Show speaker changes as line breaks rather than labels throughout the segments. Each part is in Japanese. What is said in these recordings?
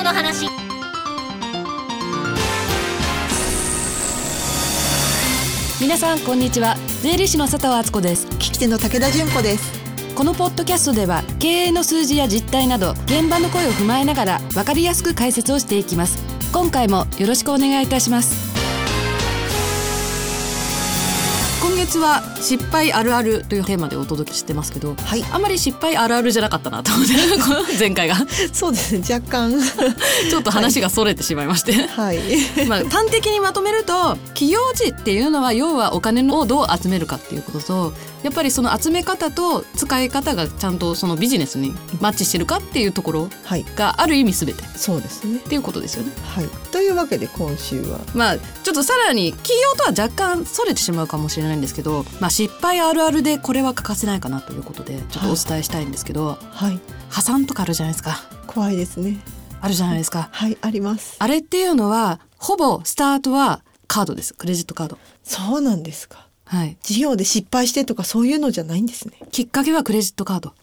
の話。
皆さんこんにちは。税理士の佐藤敦子です。
聞き手の武田純子です。
このポッドキャストでは経営の数字や実態など現場の声を踏まえながら分かりやすく解説をしていきます。今回もよろしくお願いいたします。今月は失敗あるあるというテーマでお届けしてますけど、
はい、
あんまり失敗あるあるじゃなかったなと思ってこの前回が
そうですね、若干
ちょっと話がそれてしまいまして、
はい
端的にまとめると、企業時っていうのは要はお金をどう集めるかっていうことと、やっぱりその集め方と使い方がちゃんとそのビジネスにマッチしてるかっていうところがある意味全て、
そうですね
っていうことですよね。
はい、というわけで今週は
ちょっとさらに企業とは若干それてしまうかもしれないんですけど、失敗あるあるでこれは欠かせないかなということでちょっとお伝えしたいんですけど、
はい、
破産とかあるじゃないですか。
怖いですね。
あるじゃないですか。
はい、あります。
あれっていうのはほぼスタートはカードです。クレジットカード。
そうなんですか。
はい、
事業で失敗してとかそういうのじゃないんですね。
きっかけはクレジットカード。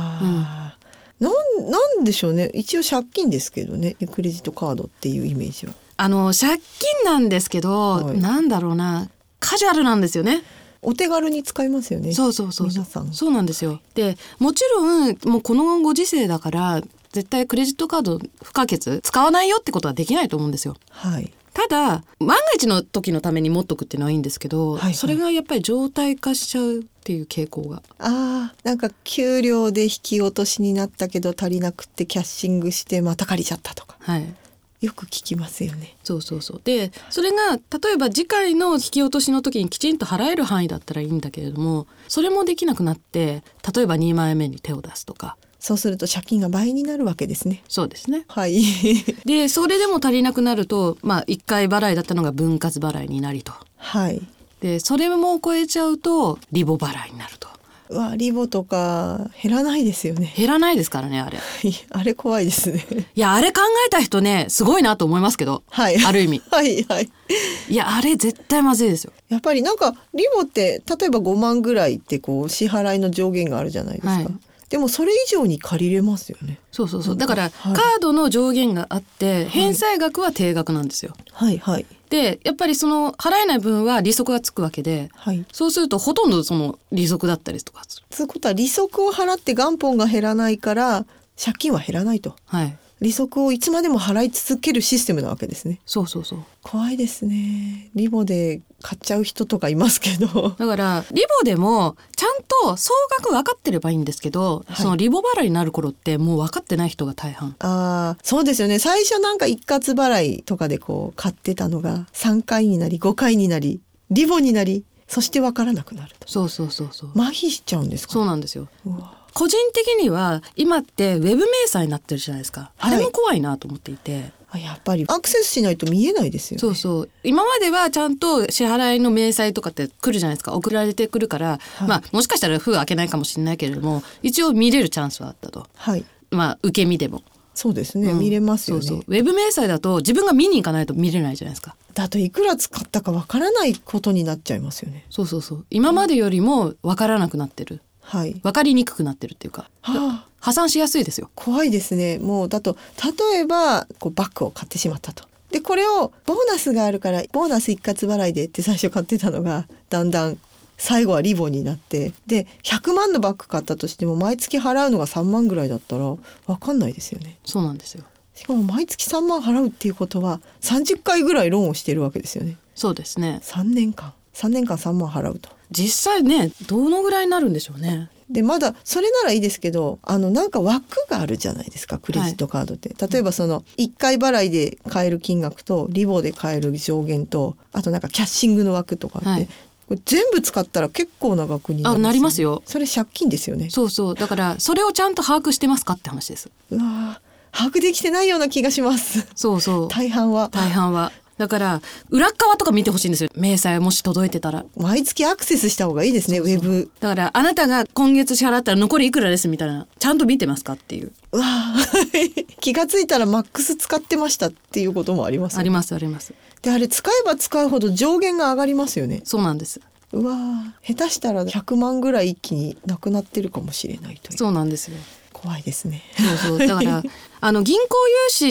なんでしょうね。一応借金ですけどね、クレジットカードっていうイメージは。
借金なんですけど、
はい、
なんだろうな、カジュアルなんですよね。
お手軽に使いますよね。
そう
皆さん。
そうなんですよ。でもちろんもうこのご時世だから絶対クレジットカード不可欠、使わないよってことはできないと思うんですよ。
はい。
ただ万が一の時のために持っとくっていうのはいいんですけど、
はいはい、
それがやっぱり常態化しちゃうっていう傾向が。
なんか給料で引き落としになったけど足りなくてキャッシングしてまた借りちゃったとか、
はい、
よく聞きますよね。
そうでそれが例えば次回の引き落としの時にきちんと払える範囲だったらいいんだけれども、それもできなくなって例えば2万円目に手を出すとか、
そうすると借金が倍になるわけですね。
そうですね。
はい
でそれでも足りなくなると、1回払いだったのが分割払いになりと、
はい、
でそれも超えちゃうとリボ払いになると。
リボとか減らないですよね。
減らないですからね、あれ
あれ怖いですね。
いや、あれ考えた人ねすごいなと思いますけど、
はい、
ある意味
はいはい。
いや、あれ絶対まずいですよ。
やっぱりなんかリボって例えば5万ぐらいってこう支払いの上限があるじゃないですか、はい、でもそれ以上に借りれますよね。
そうだから、カードの上限があって返済額は定額なんですよ。
はいはい。
でやっぱりその払えない分は利息がつくわけで、はい、そうするとほとんどその利息だったりとかする。
ということは利息を払って元本が減らないから借金は減らないと、はい、利息をいつまでも払い続けるシステムなわけですね。
そう
怖いですね。リボで買っちゃう人とかいますけど、
だからリボでもちゃんと総額分かってればいいんですけど、はい、そのリボ払いになる頃ってもう分かってない人が大半。
そうですよね。最初なんか一括払いとかでこう買ってたのが3回になり5回になりリボになり、そして分からなくなると。そう麻痺しちゃうんですか。
そうなんですよ。個人的には今ってウェブ明細になってるじゃないですか、はい、あれも怖いなと思っていて、
やっぱりアクセスしないと見えないですよね。
そう今まではちゃんと支払いの明細とかって来るじゃないですか、送られてくるから、はい、もしかしたら封開けないかもしれないけれども一応見れるチャンスはあったと、はい、受け身でも
そうですね、見れますよね。
ウェブ明細だと自分が見に行かないと見れないじゃないですか。
だといくら使ったかわからないことになっちゃいますよね。
そう今までよりもわからなくなってる、はい、分かりにくくなってるっていうか、破産しやすいですよ。
怖いですね。もうだと例えばこうバッグを買ってしまったと。でこれをボーナスがあるからボーナス一括払いでって最初買ってたのがだんだん最後はリボになって、で100万のバッグ買ったとしても毎月払うのが3万ぐらいだったら分かんないですよね。
そうなんですよ。
しかも毎月3万払うっていうことは30回ぐらいローンをしているわけですよね。
そうですね。
3年間3万払うと
実際ねどのぐらいになるんでしょうね。
でまだそれならいいですけどなんか枠があるじゃないですか、クレジットカードって、はい、例えばその1回払いで買える金額とリボで買える上限とあとなんかキャッシングの枠とかって、はい、これ全部使ったら結構な額になるんですよ。
なりますよ。
それ借金ですよね。
そうだからそれをちゃんと把握してますかって話です。
把握できてないような気がします。
そう
大半は
だから裏側とか見てほしいんですよ。明細もし届いてたら
毎月アクセスした方がいいですね。ウェブ
だからあなたが今月支払ったら残りいくらですみたいなちゃんと見てますかっていう。
気がついたらマックス使ってましたっていうこともありますよね。
あります。
であれ使えば使うほど上限が上がりますよね。
そうなんです。
下手したら100万ぐらい一気になくなってるかもしれないという。
そうなんですよ。
怖いですね。
だから銀行融資っ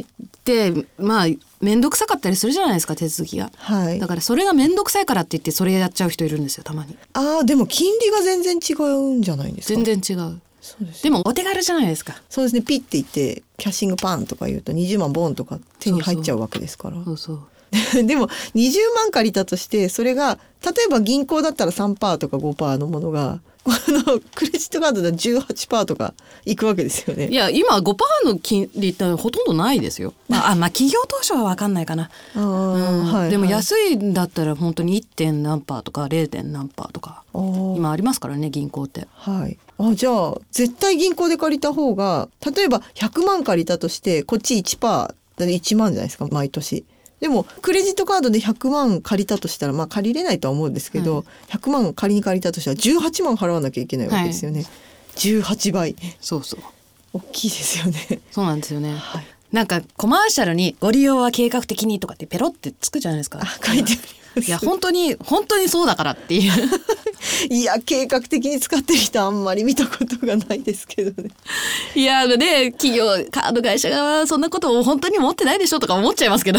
ってまあ面倒くさかったりするじゃないですか、手続きが。
はい。
だからそれが面倒くさいからって言ってそれやっちゃう人いるんですよ、たまに。
でも金利が全然違うんじゃないですか。
全然違う。
そうです。
でもお手軽じゃないですか。
そうですね。ピッて言ってキャッシングパンとか言うと20万ボンとか手に入っちゃうわけですから。
そうそう
でも20万借りたとしてそれが例えば銀行だったら 3% とか 5% のものがこのクレジットカードでは 18% とかいくわけですよね。
いや今 5% の金利ってほとんどないですよ。まあ企業当初は分かんないかな。
はい、
でも安いんだったら本当に 1. 何パーとか 0. 何パーとか今ありますからね、銀行って。
はい。じゃあ絶対銀行で借りた方が、例えば100万借りたとしてこっち 1% だって1万じゃないですか、毎年。でもクレジットカードで100万借りたとしたら、まあ借りれないとは思うんですけど、100万仮に借りたとしたら18万払わなきゃいけないわけですよね、はい、18倍。
そうそう、
大きいですよね。
そうなんですよね、
はい、
なんかコマーシャルにご利用は計画的にとかってペロってつくじゃないですか。
書いてあります。
いや本当にそうだからっていう
いや計画的に使ってる人あんまり見たことがないですけどね。
いやね、企業カード会社がそんなことを本当に思ってないでしょとか思っちゃいますけど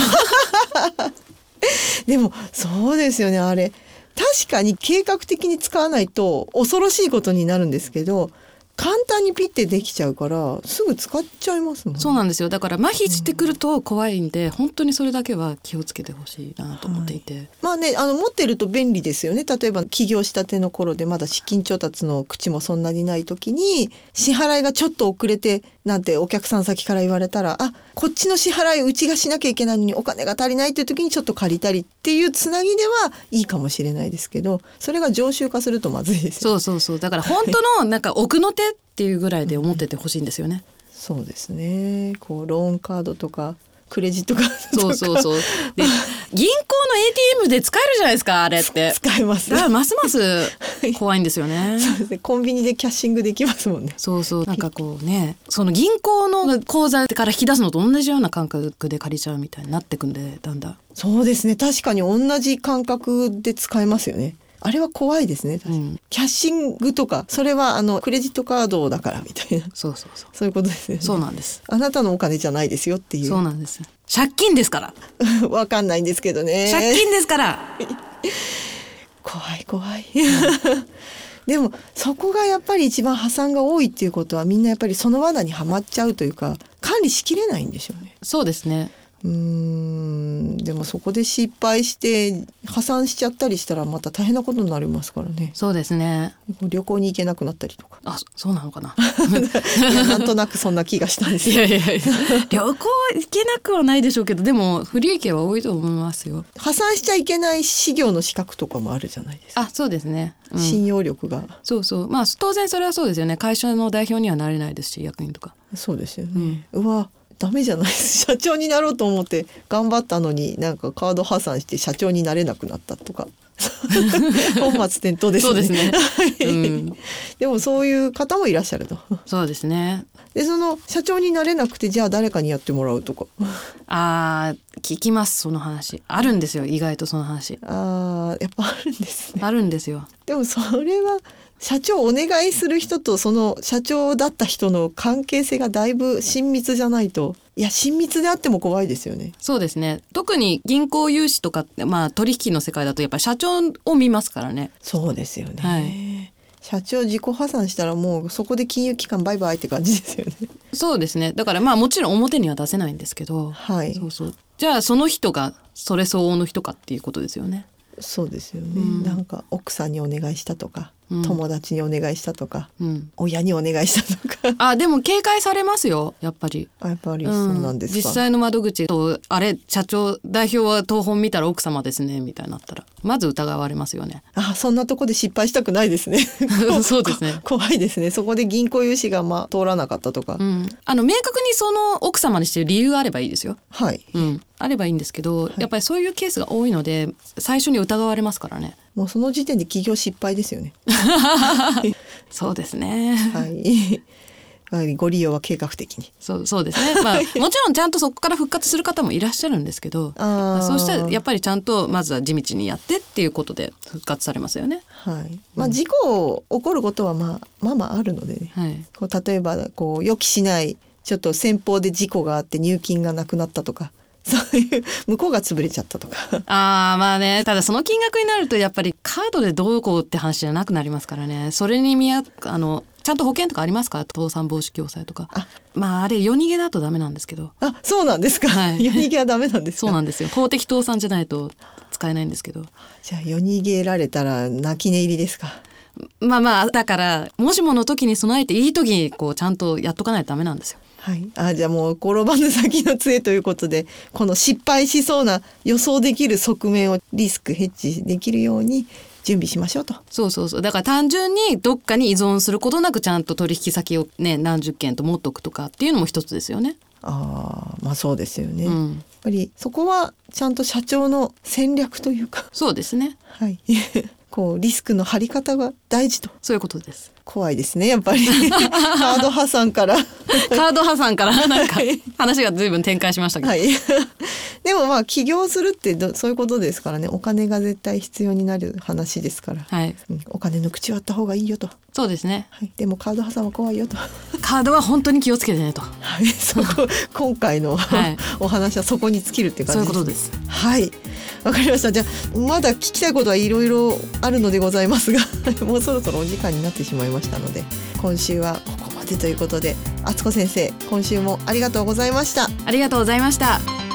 でもそうですよね。あれ確かに計画的に使わないと恐ろしいことになるんですけど、簡単にピッてできちゃうからすぐ使っちゃいますもんね。
そうなんですよ。だから麻痺してくると怖いんで、本当にそれだけは気をつけてほしいなと思っていて、はい、
まあね、持ってると便利ですよね。例えば起業したての頃でまだ資金調達の口もそんなにない時に支払いがちょっと遅れてなんてお客さん先から言われたら、こっちの支払いうちがしなきゃいけないのにお金が足りないという時にちょっと借りたりっていうつなぎではいいかもしれないですけど、それが常習化するとまずいですよね。
そうだから本当のなんか奥の手っていうぐらいで思っててほしいんですよね。
そうですね。こうローンカードとかクレジットカードとか
そうで銀行の ATM で使えるじゃないですか、あれって。
使えます。
だからますます怖いんですよね
そうですね。コンビニでキャッシングできますもんね。
そうなんかこうね、その銀行の口座から引き出すのと同じような感覚で借りちゃうみたいになってくんで、だんだん。
そうですね。確かに同じ感覚で使えますよね。あれは怖いですね。キャッシングとかそれはクレジットカードだからみたいな。そういうことですよね。
そうなんです。
あなたのお金じゃないですよっていう。
そうなんです。借金ですから
わかんないんですけどね。
借金ですから
怖いでもそこがやっぱり一番破産が多いっていうことは、みんなやっぱりその罠にはまっちゃうというか、管理しきれないんでしょうね。
そうですね。
でもそこで失敗して破産しちゃったりしたらまた大変なことになりますからね。
そうですね。
旅行に行けなくなったりとか。
そうなのかな
いやなんとなくそんな気がしたんですよ。
いや旅行行けなくはないでしょうけど、でも不利益は多いと思いますよ。
破産しちゃいけない事業の資格とかもあるじゃないですか。
そうですね、
信用力が。
まあ当然それはそうですよね。会社の代表にはなれないですし、役員とか。そう
ですよね、ダメじゃないです。社長になろうと思って頑張ったのになんかカード破産して社長になれなくなったとか本末転倒ですね。
そうですね、
でもそういう方もいらっしゃると。
そうですね。
でその社長になれなくてじゃあ誰かにやってもらうとか
聞きます。その話あるんですよ。意外とその話
やっぱあるんですね。
あるんですよ。
でもそれは社長お願いする人とその社長だった人の関係性がだいぶ親密じゃないと。いや親密であっても怖いですよね。
そうですね。特に銀行融資とかって、取引の世界だとやっぱり社長を見ますからね。
そうですよね、社長自己破産したらもうそこで金融機関バイバイって感じですよね。
そうですね。だからもちろん表には出せないんですけど、じゃあその人がそれ相応の人かっていうことですよね。
そうですよね、なんか奥さんにお願いしたとか、友達にお願いしたとか、親にお願いしたとか
でも警戒されますよ、やっぱり。
やっぱりそうなんですか。
実際の窓口と社長代表は当本見たら奥様ですねみたいになったらまず疑われますよね。
そんなとこで失敗したくないですね。
そうですね。
怖いですね。そこで銀行融資が通らなかったとか、
明確にその奥様にしてる理由があればいいですよ。あればいいんですけど、やっぱりそういうケースが多いので最初に疑われますからね。
もうその時点で起業失敗ですよね。
そうですね。
ご利用は計画的に。
そうですね。もちろんちゃんとそこから復活する方もいらっしゃるんですけど、そうしたらやっぱりちゃんとまずは地道にやってっていうことで復活されますよね。
事故起こることはまああるのでね、例えば予期しないちょっと先方で事故があって入金がなくなったとか、そういう向こうが潰れちゃったとか。
まあね、ただその金額になるとやっぱりカードでどうこうって話じゃなくなりますからね。それにちゃんと保険とかありますか？倒産防止共済とか。あれ夜逃げだとダメなんですけど。
そうなんですか、
はい、
夜逃げはダメなんですか？
そうなんですよ。法的倒産じゃないと使えないんですけど。
じゃあ夜逃げられたら泣き寝入りですか？
だからもしもの時に備えていい時にちゃんとやっとかないとダメなんですよ。
はい、じゃあもう転ばぬ先の杖ということで、この失敗しそうな予想できる側面をリスクヘッジできるように準備しましょうと。
そうだから単純にどっかに依存することなくちゃんと取引先をね何十件と持っとくとかっていうのも一つですよね。
そうですよね、やっぱりそこはちゃんと社長の戦略というか。
そうですね。
はいリスクの張り方が大事と。
そういうことです。
怖いですねやっぱりカード破産から
なんか話が随分展開しましたけど、
でも起業するってそういうことですからね。お金が絶対必要になる話ですから、お金の口はあった方がいいよと。
そうですね、
でもカード破産は怖いよと。
カードは本当に気をつけてねと。
今回の、お話はそこに尽きるっていう感じです。そういうことです。わかりました。じゃあまだ聞きたいことはいろいろあるのでございますがもうそろそろお時間になってしまいましたので、今週はここまでということで、敦子先生今週もありがとうございました。
ありがとうございました。